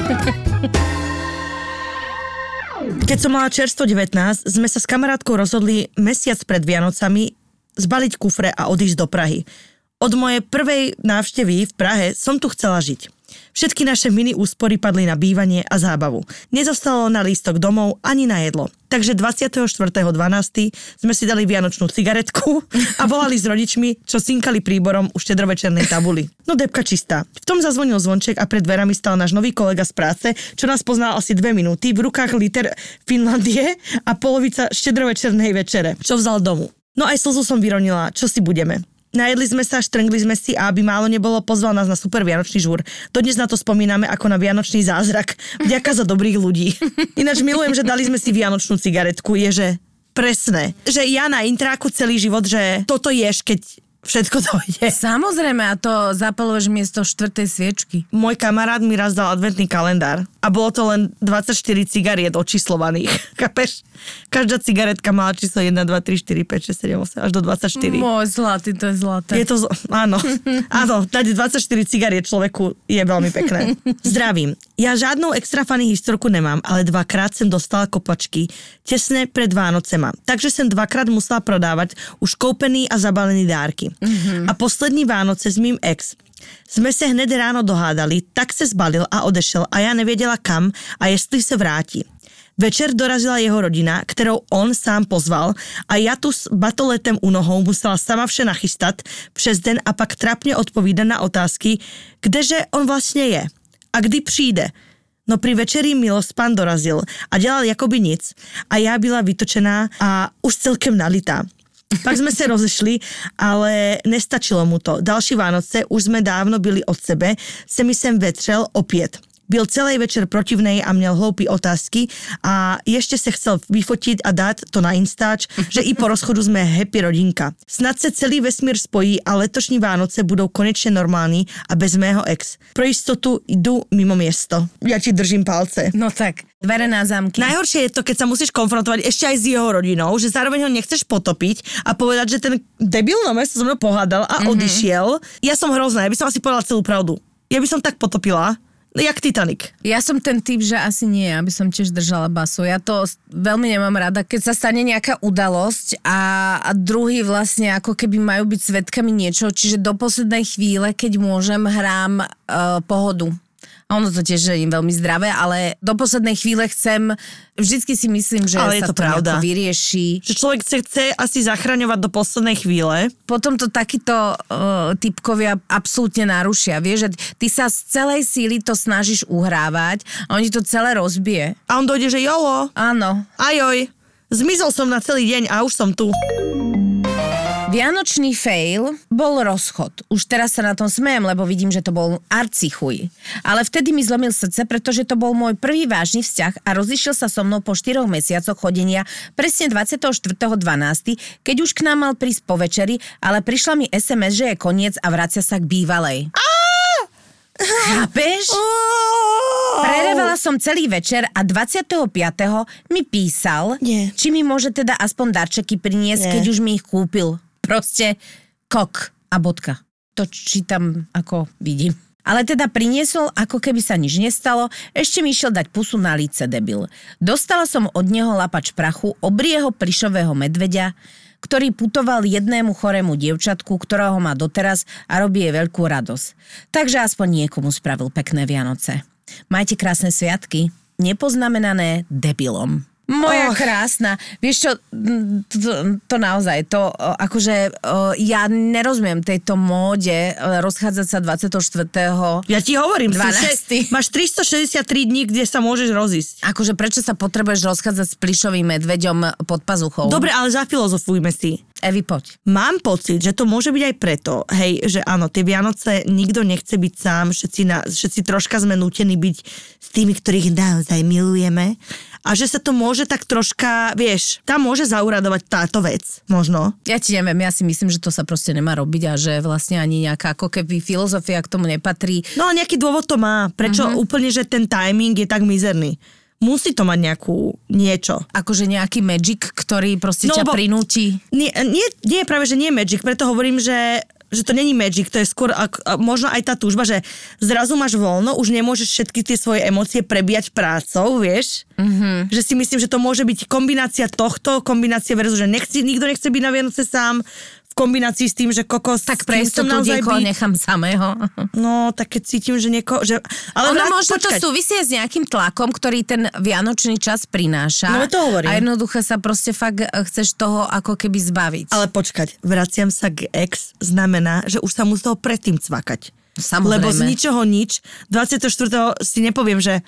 Keď som mala čerstvo 19, sme sa s kamarátkou rozhodli mesiac pred Vianocami zbaliť kufre a odísť do Prahy. Od mojej prvej návštevy v Prahe som tu chcela žiť. Všetky naše mini úspory padli na bývanie a zábavu. Nezostalo na lístok domov ani na jedlo. Takže 24.12. sme si dali vianočnú cigaretku a volali s rodičmi, čo cinkali príborom u štedrovečernej tabuli. No debka čistá. V tom zazvonil zvonček a pred dverami stal náš nový kolega z práce, čo nás poznal asi 2 minúty, v rukách liter Finlandie a polovica štedrovečernej večere, čo vzal domu. No aj slzu som vyronila, čo si budeme. Najedli sme sa, štrngli sme si a aby málo nebolo, pozval nás na super vianočný žúr. Dodnes na to spomíname ako na vianočný zázrak. Vďaka za dobrých ľudí. Ináč milujem, že dali sme si vianočnú cigaretku. Je, že presné. Že ja na intráku celý život, že toto ješ, keď všetko dojde. Samozrejme, a to zapaluješ miesto 4. sviečky. Môj kamarát mi raz dal adventný kalendár a bolo to len 24 cigariet očíslovaných. Kapeš? Každá cigaretka mala číslo 1, 2, 3, 4, 5, 6, 7, 8 až do 24. Môj zlatý, to je zlaté. Je to, áno, dať 24 cigariet človeku je veľmi pekné. Zdravím. Ja žiadnou extra funny historku nemám, ale 2-krát som dostala kopačky tesne pred Vánocema. Takže som 2-krát musela prodávať už koupený a zabalený dárky. A poslední Vánoce s mým ex Jsme se hned ráno dohádali, tak se zbalil a odešel a já nevěděla kam a jestli se vrátí. Večer dorazila jeho rodina, kterou on sám pozval a já tu s batoletem u nohou musela sama vše nachystat přes den a pak trapně odpovídat na otázky, kdeže on vlastně je a kdy přijde. No pri večeri Milospan dorazil a dělal jakoby nic a já byla vytočená a už celkem nalitá. Pak jsme se rozešli, ale nestačilo mu to. Další Vánoce, už jsme dávno byli od sebe, se mi sem vetřel opět. Byl celý večer protivnej a měl hloupý otázky a ještě se chcel vyfotit a dát to na Instač, že i po rozchodu jsme happy rodinka. Snad se celý vesmír spojí a letošní Vánoce budou konečně normální a bez mého ex. Pro jistotu jdu mimo město. Ja ti držím palce. No tak, dvere na zámky. Najhoršie je to, keď sa musíš konfrontovať ešte aj s jeho rodinou, že zároveň ho nechceš potopiť a povedať, že ten debil na sa so mnou pohádal a odišiel. Ja som hrozná, ja by som asi povedala celú pravdu. Ja by som tak potopila. Jak Titanic. Ja som ten typ, že asi nie, aby som tiež držala basu. Ja to veľmi nemám rada, keď sa stane nejaká udalosť a druhý vlastne ako keby majú byť svedkami niečo, čiže do poslednej chvíle, keď môžem, hrám pohodu. A ono to tiež je im veľmi zdravé, ale do poslednej chvíle vždycky si myslím, že ale sa to nejako vyrieši. Že človek chce asi zachraňovať do poslednej chvíle. Potom to takíto typkovia absolútne narušia. Vieš, že ty sa z celej síly to snažíš uhrávať a oni to celé rozbije. A on dojde, že jolo. Áno. Ajoj, zmizol som na celý deň a už som tu. Vianočný fail bol rozchod. Už teraz sa na tom smejem, lebo vidím, že to bol arcichuj. Ale vtedy mi zlomil srdce, pretože to bol môj prvý vážny vzťah a rozišiel sa so mnou po 4 mesiacoch chodenia presne 24.12., keď už k nám mal prísť po večeri, ale prišla mi SMS, že je koniec a vracia sa k bývalej. Chápeš? Prerevala som celý večer a 25. mi písal, či mi môže teda aspoň darčeky priniesť, keď už mi ich kúpil. Proste kok a bodka. To čítam, ako vidím. Ale teda priniesol, ako keby sa nič nestalo, ešte mi išiel dať pusu na líce, debil. Dostala som od neho lapač prachu, obrieho plišového medveďa, ktorý putoval jednému chorému dievčatku, ktorého má doteraz a robí jej veľkú radosť. Takže aspoň niekomu spravil pekné Vianoce. Majte krásne sviatky, nepoznamenané debilom. Moja krásna. Vieš čo, to naozaj, to akože ja nerozumiem tejto móde rozchádzať sa 24. Ja ti hovorím, 12. Máš 363 dní, kde sa môžeš rozísť. Akože prečo sa potrebuješ rozchádzať s plišovým medveďom pod pazuchou? Dobre, ale zafilozofujme si. Evi, poď. Mám pocit, že to môže byť aj preto, hej, že áno, tie Vianoce nikto nechce byť sám, všetci troška sme nútení byť s tými, ktorých naozaj milujeme a že sa to môže tak troška, vieš, tam môže zauradovať táto vec, možno. Ja ti neviem, ja si myslím, že to sa proste nemá robiť a že vlastne ani nejaká ako keby filozofia k tomu nepatrí. No ale nejaký dôvod to má, prečo úplne, že ten timing je tak mizerný. Musí to mať niečo. Akože nejaký magic, ktorý proste ťa prinúti. Nie, práve, že nie je magic, preto hovorím, že to není magic, to je skôr možno aj tá túžba, že zrazu máš voľno, už nemôžeš všetky tie svoje emócie prebíjať prácou, vieš? Mm-hmm. Že si myslím, že to môže byť kombinácia tohto, kombinácia versus, že nikto nechce byť na Vianoce sám, v kombinácii s tým, že kokos... Tak pre istotu niekoho nechám samého. No, tak keď cítim, že niekoho... Ale možno to súvisie s nejakým tlakom, ktorý ten vianočný čas prináša. No, to hovorím. A jednoducho sa proste fakt chceš toho ako keby zbaviť. Ale počkať, vraciam sa k ex, znamená, že už sa musel predtým cvakať. Samozrejme. Lebo z ničoho nič, 24. si nepoviem, že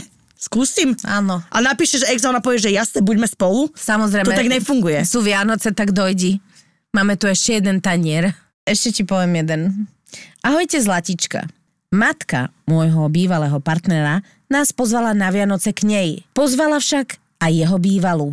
skúsim. Áno. A napíšeš ex a ona povie, že jasne, buďme spolu. Samozrejme. To tak nefunguje. Sú Vianoce, tak dojdi. Máme tu ešte jeden tanier. Ešte ti poviem jeden. Ahojte, Zlatička. Matka môjho bývalého partnera nás pozvala na Vianoce k nej. Pozvala však aj jeho bývalú.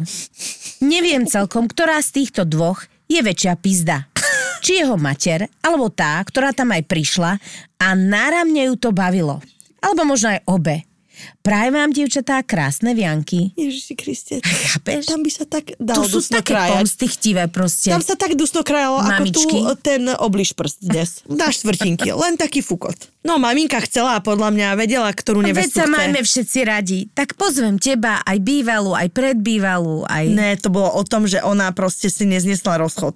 Neviem celkom, ktorá z týchto dvoch je väčšia pizda. Či jeho mater, alebo tá, ktorá tam aj prišla a náramne ju to bavilo. Alebo možno aj obe. Prajem vám, dievčatá, krásne Vianky. Ježiši Kriste. Chápeš? Tam by sa tak dalo tu sú dusno také krajať. pomsty chtivé proste. Tam sa tak dusno krajalo, mamičky. ako tu ten obliž prst dnes. Na štvrtinky. Len taký fukot. No, maminka chcela a podľa mňa vedela, ktorú nevestu chce. Veď sa máme všetci radi. Tak pozvem teba, aj bývalú, aj predbývalú, aj... Ne, to bolo o tom, že ona proste si nezniesla rozchod.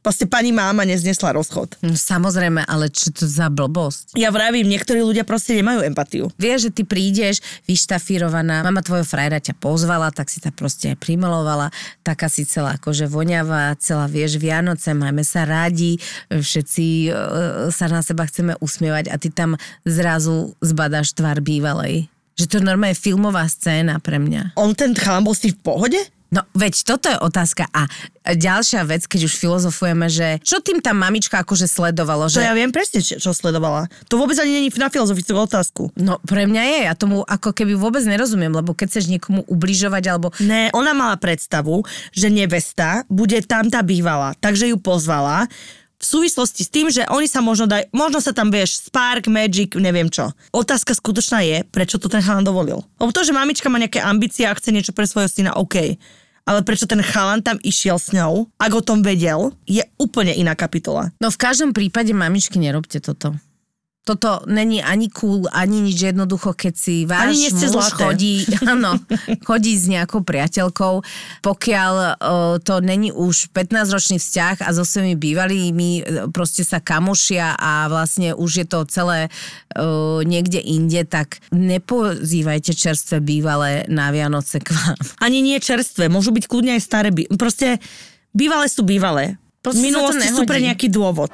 Vlastne pani máma neznesla rozchod. No, samozrejme, ale čo to za blbosť? Ja vravím, niektorí ľudia proste nemajú empatiu. Vieš, že ty prídeš, vyštafírovaná, mama tvojho frajera ťa pozvala, tak si ta proste primilovala, taká si celá akože voňavá, celá vieš Vianoce, máme sa rádi, všetci sa na seba chceme usmievať a ty tam zrazu zbadáš tvár bývalej. Že to je normálne filmová scéna pre mňa. On ten chalan bol si v pohode? No, veď toto je otázka. A ďalšia vec, keď už filozofujeme, že čo tým tá mamička akože sledovalo? To že... ja viem presne, čo sledovala. To vôbec ani není na filozofickú otázku. No, pre mňa je. Ja tomu ako keby vôbec nerozumiem, lebo keď chceš niekomu ubližovať, alebo... Ne, ona mala predstavu, že nevesta bude tam tá bývala, takže ju pozvala v súvislosti s tým, že oni sa možno sa tam, vieš, Spark, Magic, neviem čo. Otázka skutočná je, prečo to ten chalan dovolil. Lebo to, že mamička má nejaké ambície a chce niečo pre svojho syna, OK. Ale prečo ten chalan tam išiel s ňou, ak o tom vedel, je úplne iná kapitola. No v každom prípade, mamičky, nerobte toto. Toto není ani cool, ani nič, jednoducho, keď si váš muž chodí s nejakou priateľkou, pokiaľ to není už 15-ročný vzťah a so svojimi bývalými proste sa kamošia a vlastne už je to celé niekde inde, tak nepozývajte čerstvé bývalé na Vianoce k vám. Ani nie čerstvé, môžu byť kľudne aj staré. Proste bývalé sú bývalé. V minulosti sú pre nejaký dôvod.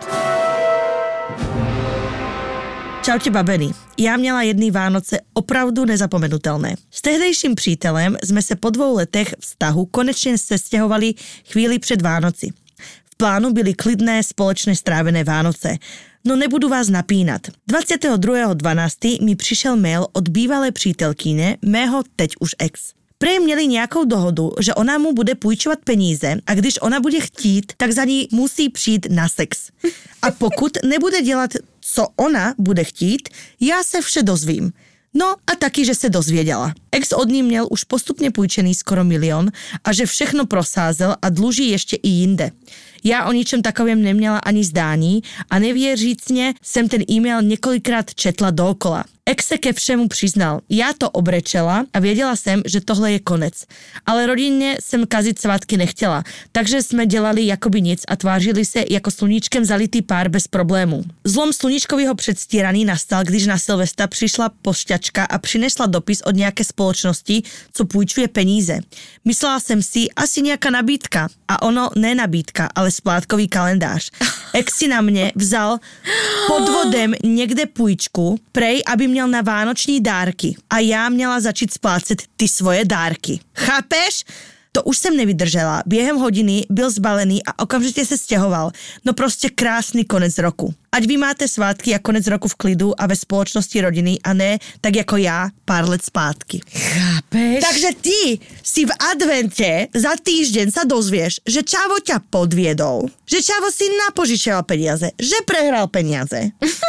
Čaute babeny. Ja měla jedný Vánoce opravdu nezapomenutelné. S tehdejším přítelem jsme se po 2 letech vztahu konečně sestěhovali chvíli před Vánoci. V plánu byly klidné společně strávené Vánoce. No nebudu vás napínat. 22.12. mi přišel mail od bývalé přítelkyně, mého teď už ex. Prej měli nějakou dohodu, že ona mu bude půjčovat peníze a když ona bude chtít, tak za ní musí přijít na sex. A pokud nebude dělat, co ona bude chtít, já se vše dozvím. No a taky, že se dozvěděla. Ex od ní měl už postupně půjčený skoro 1 milion a že všechno prosázel a dluží ještě i jinde. Já o ničem takovém neměla ani zdání a nevěřícně jsem ten e-mail několikrát četla dookola. Ex se ke všemu přiznal. Já to obrečela a věděla jsem, že tohle je konec. Ale rodině jsem kazit svátky nechtěla, takže jsme dělali jakoby nic a tvářili se jako sluníčkem zalitý pár bez problémů. Zlom sluníčkového předstíraný nastal, když na Silvestra přišla pošťačka a přinesla dopis od nějaké společnosti, co půjčuje peníze. Myslela jsem si, asi nějaká nabídka. A ono ne nabídka, ale splátkový kalendář. Ex si na mě vzal podvodem někde půjčku, prej, aby měl na vánoční dárky. A já měla začít splácet ty svoje dárky. Chápeš? To už jsem nevydržela. Během hodiny byl zbalený a okamžitě se stěhoval. No prostě krásný konec roku. Ať vy máte svátky a konec roku v klidu a ve spoločnosti rodiny a ne tak jako já pár let zpátky. Chápeš? Takže ty si v advente za týždeň sa dozvieš, že Čavo ťa podviedol, že Čavo si napožičal peniaze, že prehral peniaze.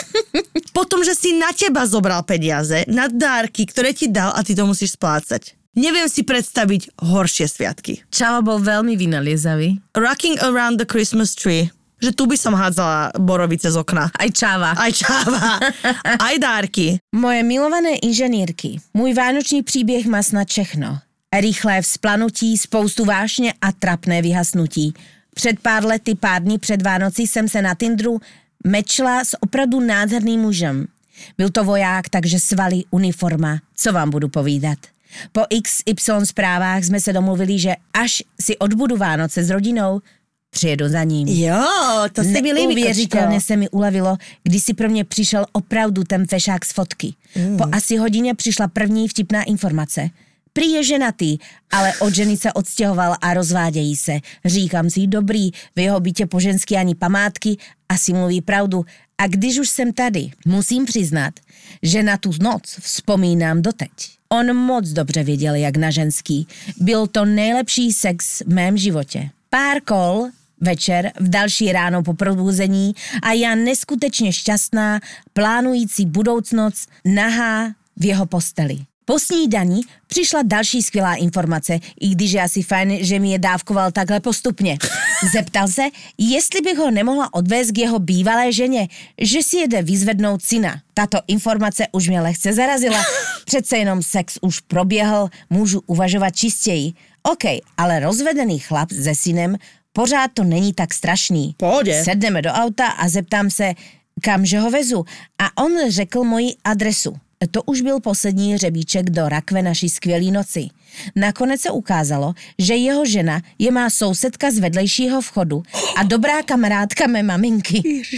Potom, že si na teba zobral peniaze na dárky, ktoré ti dal a ty to musíš splácať. Neviem si predstaviť horšie sviatky. Čavo bol veľmi vynaliezavý. Rocking around the Christmas tree. Že tu by som hádzala borovice z okna. Aj Čava. Aj Čava. Aj dárky. Moje milované inženýrky, můj vánoční příběh má snad všechno. Rychlé vzplanutí, spoustu vášně a trapné vyhasnutí. Před pár lety, pár dní před Vánocí jsem se na Tinderu mečla s opravdu nádherným mužem. Byl to voják, takže svaly, uniforma. Co vám budu povídat? Po XY zprávách jsme se domluvili, že až si odbudu Vánoce s rodinou, přijedu za ním. Jo, to si mi líbí. Neuvěřitelně se mi ulevilo, když si pro mě přišel opravdu ten fešák z fotky. Po asi hodině přišla první vtipná informace. Prý je ženatý, ale od ženy se odstěhoval a rozvádějí se. Říkám si, dobrý, v jeho bytě po ženský ani památky, asi mluví pravdu. A když už jsem tady, musím přiznat, že na tu noc vzpomínám doteď. On moc dobře věděl, jak na ženský. Byl to nejlepší sex v mém životě. Pár kol večer, v další ráno po probuzení a já neskutečně šťastná, plánující budoucnost, nahá v jeho posteli. Po snídani přišla další skvělá informace, i když je asi fajn, že mi je dávkoval takhle postupně. Zeptal se, jestli bych ho nemohla odvést k jeho bývalé ženě, že si jede vyzvednout syna. Tato informace už mě lehce zarazila. Přece jenom sex už proběhl, můžu uvažovat čistěji. OK, ale rozvedený chlap se synem pořád to není tak strašný. Pohodě. Sedneme do auta a zeptám se, kamže ho vezu. A on řekl moji adresu. To už byl poslední hřebíček do rakve naší skvělý noci. Nakonec se ukázalo, že jeho žena je má sousedka z vedlejšího vchodu a dobrá kamarádka mé maminky.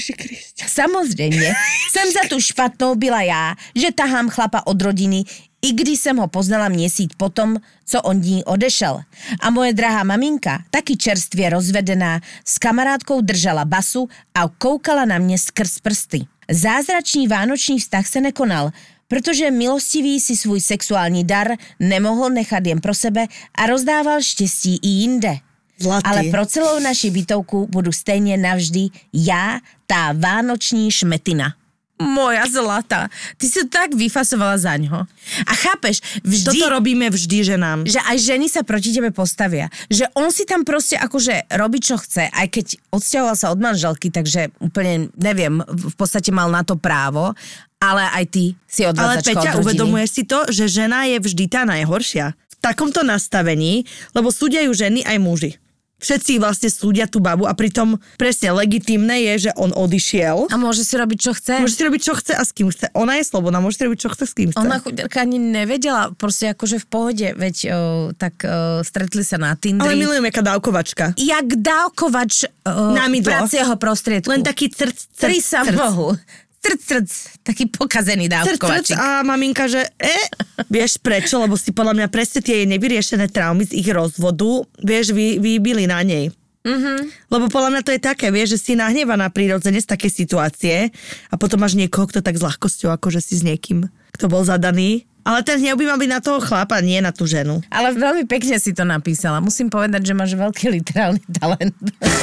Samozřejmě jsem za tu špatnou byla já, že tahám chlapa od rodiny, i když jsem ho poznala měsíc potom, co on ní odešel. A moje drahá maminka, taky čerstvě rozvedená, s kamarádkou držela basu a koukala na mě skrz prsty. Zázračný vánoční vztah se nekonal, protože milostivý si svůj sexuální dar nemohl nechat jen pro sebe a rozdával štěstí i jinde. Zlatý. Ale pro celou naši bytovku budu stejně navždy já, tá vánoční šmetina. Moja zlata, ty si to tak vyfasovala za ňo. A chápeš, vždy... Toto robíme vždy ženám. Že aj ženy sa proti tebe postavia. Že on si tam proste akože robí, čo chce, aj keď odsťahoval sa od manželky, takže úplne, neviem, v podstate mal na to právo, ale aj ty si odvádzačka od rodiny. Ale Peťa, uvedomuješ si to, že žena je vždy tá najhoršia. V takomto nastavení, lebo súdia ju ženy aj muži. Všetci vlastne súdia tú babu a pritom presne legitímne je, že on odišiel. A môže si robiť, čo chce. Môže si robiť, čo chce a s kým chce. Ona je slobodná, môže si robiť, čo chce, s kým chce. Ona chuďarka ani nevedela, proste akože v pohode, veď stretli sa na Tindri. Ale milujem, jaká dávkovačka. Jak dávkovač pracieho prostriedku. Len taký Tri sa Bohu. Taký pokazený dávkovačik. A maminka, že vieš prečo, lebo si podľa mňa presne tie nevyriešené traumy z ich rozvodu, vieš, vybili na nej. Mm-hmm. Lebo podľa mňa to je také, vieš, že si nahnevaná prirodzene z takej situácie a potom máš niekoho, kto tak s ľahkosťou, akože si s niekým, kto bol zadaný. Ale ten hnev by mal byť na toho chlapa, nie na tú ženu. Ale veľmi pekne si to napísala. Musím povedať, že máš veľký literálny talent.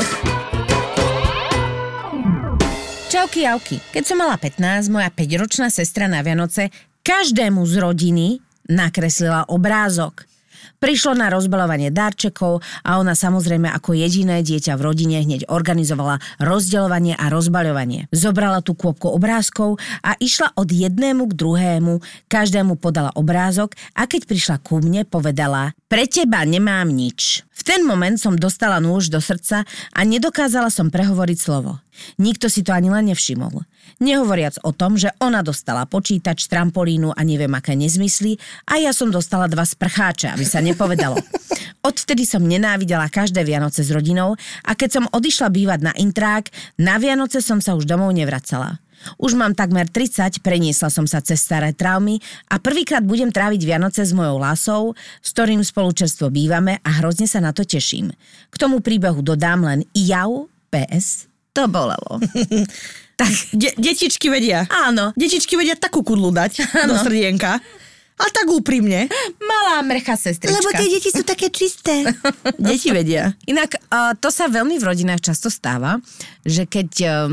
Čauky, javky. Keď som mala 15, moja 5-ročná sestra na Vianoce každému z rodiny nakreslila obrázok. Prišlo na rozbaľovanie darčekov a ona samozrejme ako jediné dieťa v rodine hneď organizovala rozdeľovanie a rozbaľovanie. Zobrala tú kôpku obrázkov a išla od jednému k druhému, každému podala obrázok a keď prišla ku mne, povedala: pre teba nemám nič. V ten moment som dostala nôž do srdca a nedokázala som prehovoriť slovo. Nikto si to ani len nevšimol. Nehovoriac o tom, že ona dostala počítač, trampolínu a neviem aké nezmysly a ja som dostala 2 sprcháče, aby sa nepovedalo. Odvtedy som nenávidela každé Vianoce s rodinou a keď som odišla bývať na intrák, na Vianoce som sa už domov nevracala. Už mám takmer 30, preniesla som sa cez staré traumy a prvýkrát budem tráviť Vianoce s mojou lásou, s ktorým spolu čerstvo bývame a hrozne sa na to teším. K tomu príbehu dodám len jau, PS, to bolelo. Tak, detičky vedia. Áno. Detičky vedia takú kudlu dať do srdienka. A tak úprimne. Malá mrcha sestrička. Lebo tie deti sú také čisté. Deti vedia. Inak to sa veľmi v rodinách často stáva, že keď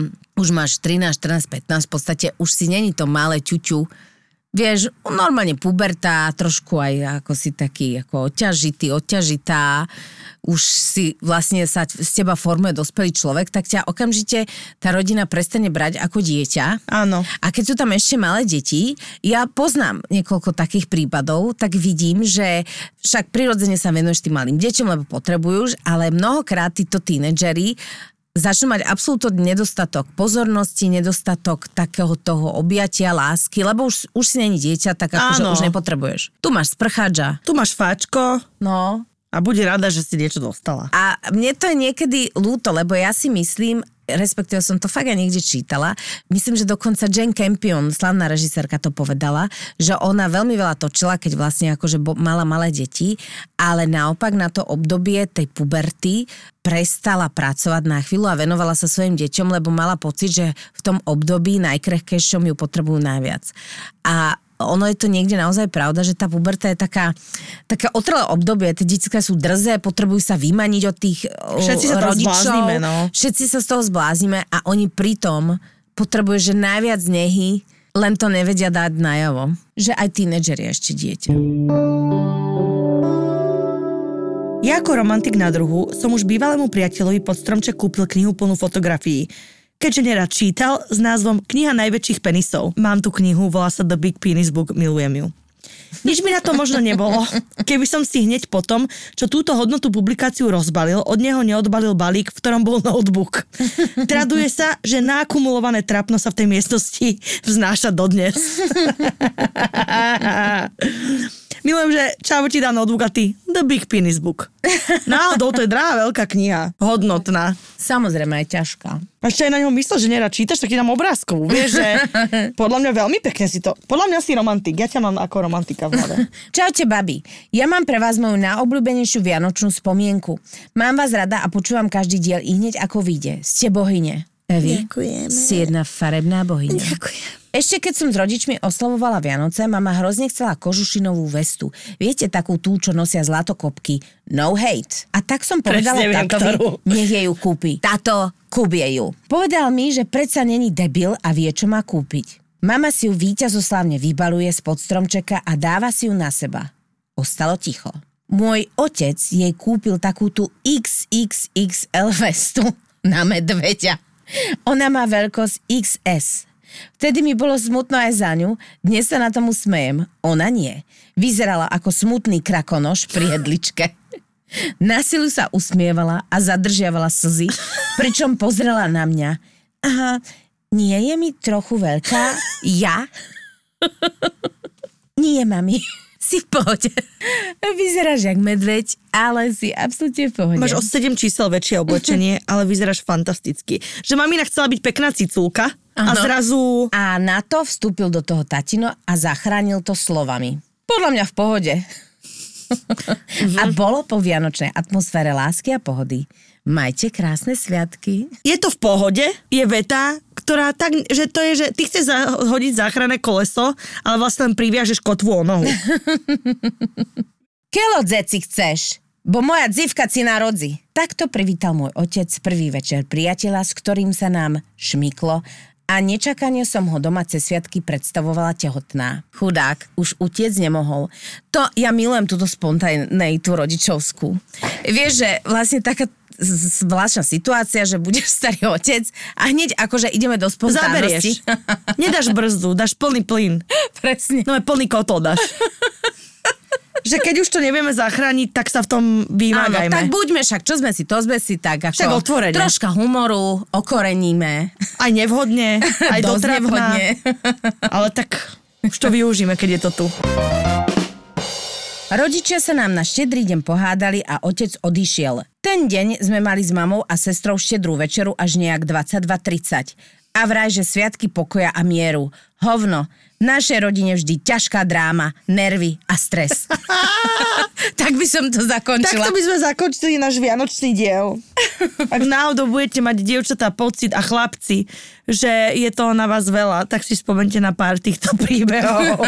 už máš 13, 14, 15, v podstate už si není to malé ťuťu. Vieš, normálne puberta, trošku aj ako si taký ako odťažitá, už si vlastne sa z teba formuje dospelý človek, tak ťa okamžite tá rodina prestane brať ako dieťa. Áno. A keď sú tam ešte malé deti, ja poznám niekoľko takých prípadov, tak vidím, že však prirodzene sa venuješ tým malým deťom, lebo potrebuješ, ale mnohokrát títo tínedžeri začnú mať absolútne nedostatok pozornosti, nedostatok takého toho objatia, lásky, lebo už si není dieťa, tak akože už nepotrebuješ. Tu máš sprcháča. Tu máš fáčko. No. A bude rada, že si niečo dostala. A mne to je niekedy ľúto, lebo ja si myslím, respektíve som to fakt aj niekde čítala, myslím, že dokonca Jane Campion, slavná režisérka, to povedala, že ona veľmi veľa točila, keď vlastne akože mala malé deti, ale naopak na to obdobie tej puberty prestala pracovať na chvíľu a venovala sa svojim deťom, lebo mala pocit, že v tom období najkrehkejšom ju potrebujú najviac. A ono je to niekde naozaj pravda, že tá puberta je taká otrelé obdobie, tie detská sú drzé, potrebujú sa vymaniť od tých všetci sa rodičov. No. Všetci sa z toho zbláznime a oni pritom potrebujú, že najviac nehy, len to nevedia dať najavo. Že aj tínedžer je ešte dieťa. Ja ako romantik na druhu som už bývalému priateľovi pod stromček kúpil knihu plnú fotografií. Keďže nerad čítal, s názvom Kniha najväčších penisov. Mám tú knihu, volá sa The Big Penis Book, milujem ju. Nič by na to možno nebolo, keby som si hneď potom, čo túto hodnotú publikáciu rozbalil, od neho neodbalil balík, v ktorom bol notebook. Traduje sa, že naakumulované trápno sa v tej miestnosti vznáša dodnes. Milujem, že Čavo ti dá notebook a ty The Big Penis Book. Náhodou, to je drahá veľká kniha. Hodnotná. Samozrejme, je ťažká. A ešte aj na ňom myslel, že nerad čítaš, tak ti dám obrázkovú. Vieš, že podľa mňa veľmi pekne si to... Podľa mňa si romantik. Ja ťa mám ako romantika v hlave. Čaute, babi. Ja mám pre vás moju najobľúbenejšiu vianočnú spomienku. Mám vás rada a počúvam každý diel i hneď ako vyjde. Ste bohyne. Evi, ďakujeme. Si jedna farebná bohyňa. Ďakujem. Ešte keď som s rodičmi oslavovala Vianoce, mama hrozne chcela kožušinovú vestu. Viete, takú tú, čo nosia zlatokopky. No hate. A tak som povedala tátovi, nech jej ju kúpi. Táto, kúp jej ju. Povedal mi, že predsa není debil a vie, čo má kúpiť. Mama si ju víťazoslávne vybaluje spod stromčeka a dáva si ju na seba. Ostalo ticho. Môj otec jej kúpil takú tú XXXL vestu na medveďa. Ona má veľkosť XS. Vtedy mi bolo smutno aj za ňu, dnes sa na tomu smejem. Ona nie. Vyzerala ako smutný krakonoš pri jedličke. Na silu sa usmievala a zadržiavala slzy, pričom pozrela na mňa. Aha, nie je mi trochu veľká? Ja? Nie, mami. Si v pohode. Vyzeráš jak medveď, ale si absolútne v pohode. Máš o 7 čísel väčšie oblečenie, ale vyzeráš fantasticky. Že mamina chcela byť pekná ciculka a zrazu... A na to vstúpil do toho tatino a zachránil to slovami. Podľa mňa v pohode. A bolo po vianočnej atmosfére lásky a pohody. Majte krásne sviatky. Je to v pohode, je veta, ktorá tak, že to je, že ty chceš hodiť záchranné koleso, ale vlastne len priviažeš kotvu o nohu. Kelo dzeci chceš, bo moja dzivka si narodzi. Takto privítal môj otec prvý večer priateľa, s ktorým sa nám šmyklo a nečakane som ho doma cez sviatky predstavovala tehotná. Chudák, už utiec nemohol. To ja milujem túto spontaneitu rodičovskú. Vieš, že vlastne taká zvláštna situácia, že budeš starý otec a hneď akože ideme do spontánnosti. Zaberieš. Nedáš brzdu, dáš plný plyn. Presne. No plný kotol dáš. Že keď už to nevieme zachrániť, tak sa v tom vymágajme. Áno, tak buďme však, čo sme si tak ako... Však otvorene. Troška humoru, okoreníme. Aj nevhodne, aj dosť dotrapná. nevhodne. Ale tak už to využíme, keď je to tu. Rodičia sa nám na štedrý deň pohádali a otec odišiel. Ten deň sme mali s mamou a sestrou štedrú večeru až nejak 22:30. A vraj, že sviatky pokoja a mieru. Hovno. V našej rodine vždy ťažká dráma, nervy a stres. Tak by som to zakončila. Takto by sme zakončili náš vianočný diel. Ak náhodou budete mať dievčatá pocit a chlapci, že je toho na vás veľa, tak si spomente na pár týchto príbehov.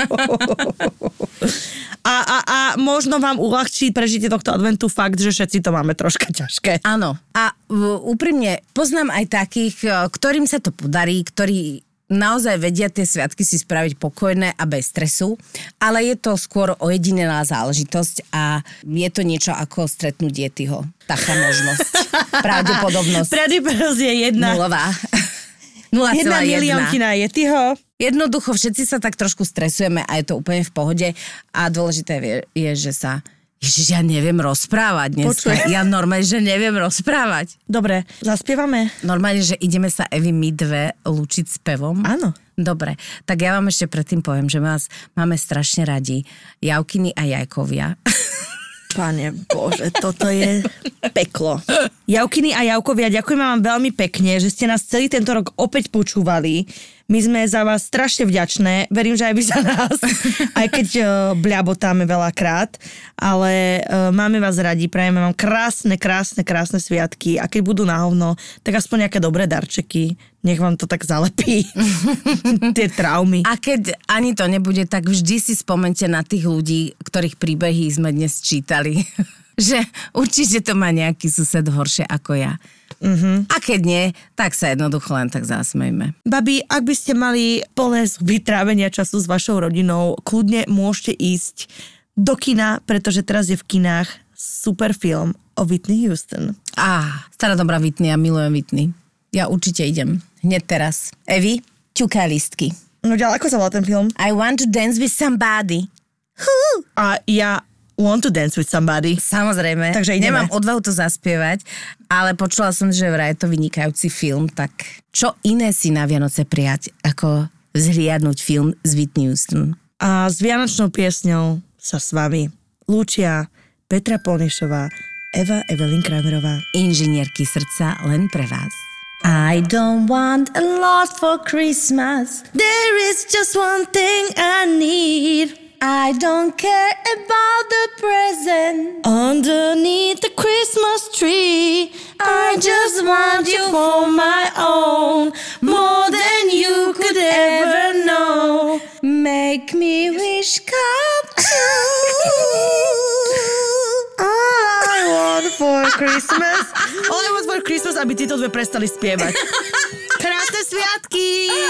A možno vám uľahčí prežitie tohto adventu fakt, že všetci to máme troška ťažké. Áno. A úprimne poznám aj takých, ktorým sa to podarí, ktorí naozaj vedia tie sviatky si spraviť pokojné a bez stresu, ale je to skôr ojedinelá záležitosť a je to niečo ako stretnúť Yetiho. Taká možnosť. Pravdepodobnosť. Pravdepodobnosť je jedna. Nulová. 1 milióntina Yetiho. Jednoducho všetci sa tak trošku stresujeme a je to úplne v pohode a dôležité je, že sa... Ježiš, ja neviem rozprávať dneska. Počuj. Ja normálne, že neviem rozprávať. Dobre, zaspievame. Normálne, že ideme sa Evi my dve lúčiť s pevom. Áno. Dobre, tak ja vám ešte predtým poviem, že vás máme strašne radi. Javkiny a Jajkovia. Pane Bože, toto je peklo. Javkiny a Javkovia, ďakujeme vám veľmi pekne, že ste nás celý tento rok opäť počúvali. My sme za vás strašne vďačné, verím, že aj vy za nás, aj keď bľabotáme veľakrát, ale máme vás radi, prajeme vám krásne sviatky a keď budú na hovno, tak aspoň nejaké dobré darčeky, nech vám to tak zalepí, tie traumy. A keď ani to nebude, tak vždy si spomente na tých ľudí, ktorých príbehy sme dnes čítali. Že určite to má nejaký sused horšie ako ja. A keď nie, tak sa jednoducho len tak zasmejme. Babi, ak by ste mali plné zuby trávenia času s vašou rodinou, kľudne môžete ísť do kina, pretože teraz je v kinách super film o Whitney Houston. Stará dobrá Whitney, ja milujem Whitney. Ja určite idem. Hneď teraz. Evi, ťukaj listky. No ďalej, ako sa volá ten film? I want to dance with somebody. A ja want to dance with somebody. Samozrejme, Takže ideme. nemám odvahu to zaspievať, ale počula som, že vraj je to vynikajúci film, tak čo iné si na Vianoce prijať, ako zhliadnúť film s Whitney Houston. A s vianočnou piesňou sa s vami lúčia Petra Polnišová, Eva Evelyn Kramerová. Inžinierky srdca len pre vás. I don't want a lot for Christmas. There is just one thing I need. I don't care about the present. Underneath the Christmas tree, I just want you for my own, more than you could ever know. Make me wish come true. All I want for Christmas. All I want for Christmas, aby títo dve prestali spievať. Krásne sviatky!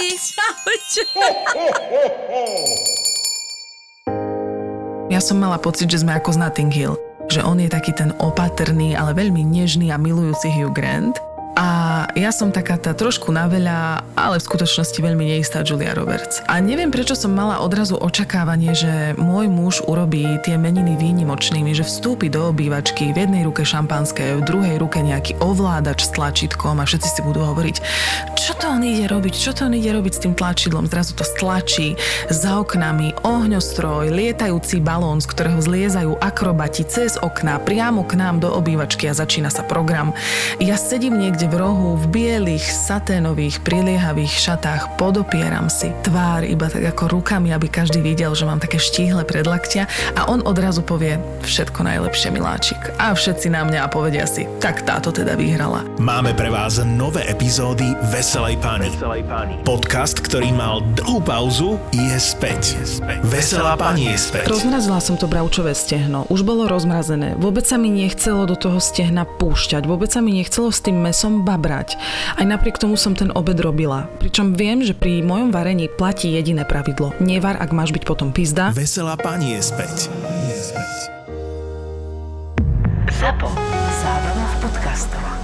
Ja som mala pocit, že sme ako z Notting Hill. Že on je taký ten opatrný, ale veľmi nežný a milujúci Hugh Grant. A ja som taká tá trošku naveľa, ale v skutočnosti veľmi neistá Julia Roberts. A neviem, prečo som mala odrazu očakávanie, že môj muž urobí tie meniny výnimočnými, že vstúpi do obývačky, v jednej ruke šampanské, v druhej ruke nejaký ovládač s tlačítkom a všetci si budú hovoriť, čo to on ide robiť s tým tlačidlom, zrazu to stlačí, za oknami ohňostroj, lietajúci balón, z ktorého zliezajú akrobati cez okná, priamo k nám do obývačky a začína sa program. Ja sedím niekde v rohu v bielých, saténových, priliehavých šatách, podopieram si tvár iba tak ako rukami, aby každý videl, že mám také štíhle predlaktia a on odrazu povie všetko najlepšie, miláčik. A všetci na mňa povedia si, tak táto teda vyhrala. Máme pre vás nové epizódy Veselej pani. Podcast, ktorý mal dlhú pauzu, je späť. Veselá pani je späť. Rozmrazila som to bravčové stehno. Už bolo rozmrazené. Vôbec sa mi nechcelo do toho stehna púšťať. Vôbec sa mi nechcelo s tým mesom babrať. Aj napriek tomu som ten obed robila. Pričom viem, že pri mojom varení platí jediné pravidlo. Nevar, ak máš byť potom pizda. Veselá pani je späť. ZAPO. Zábrná v podcastovách.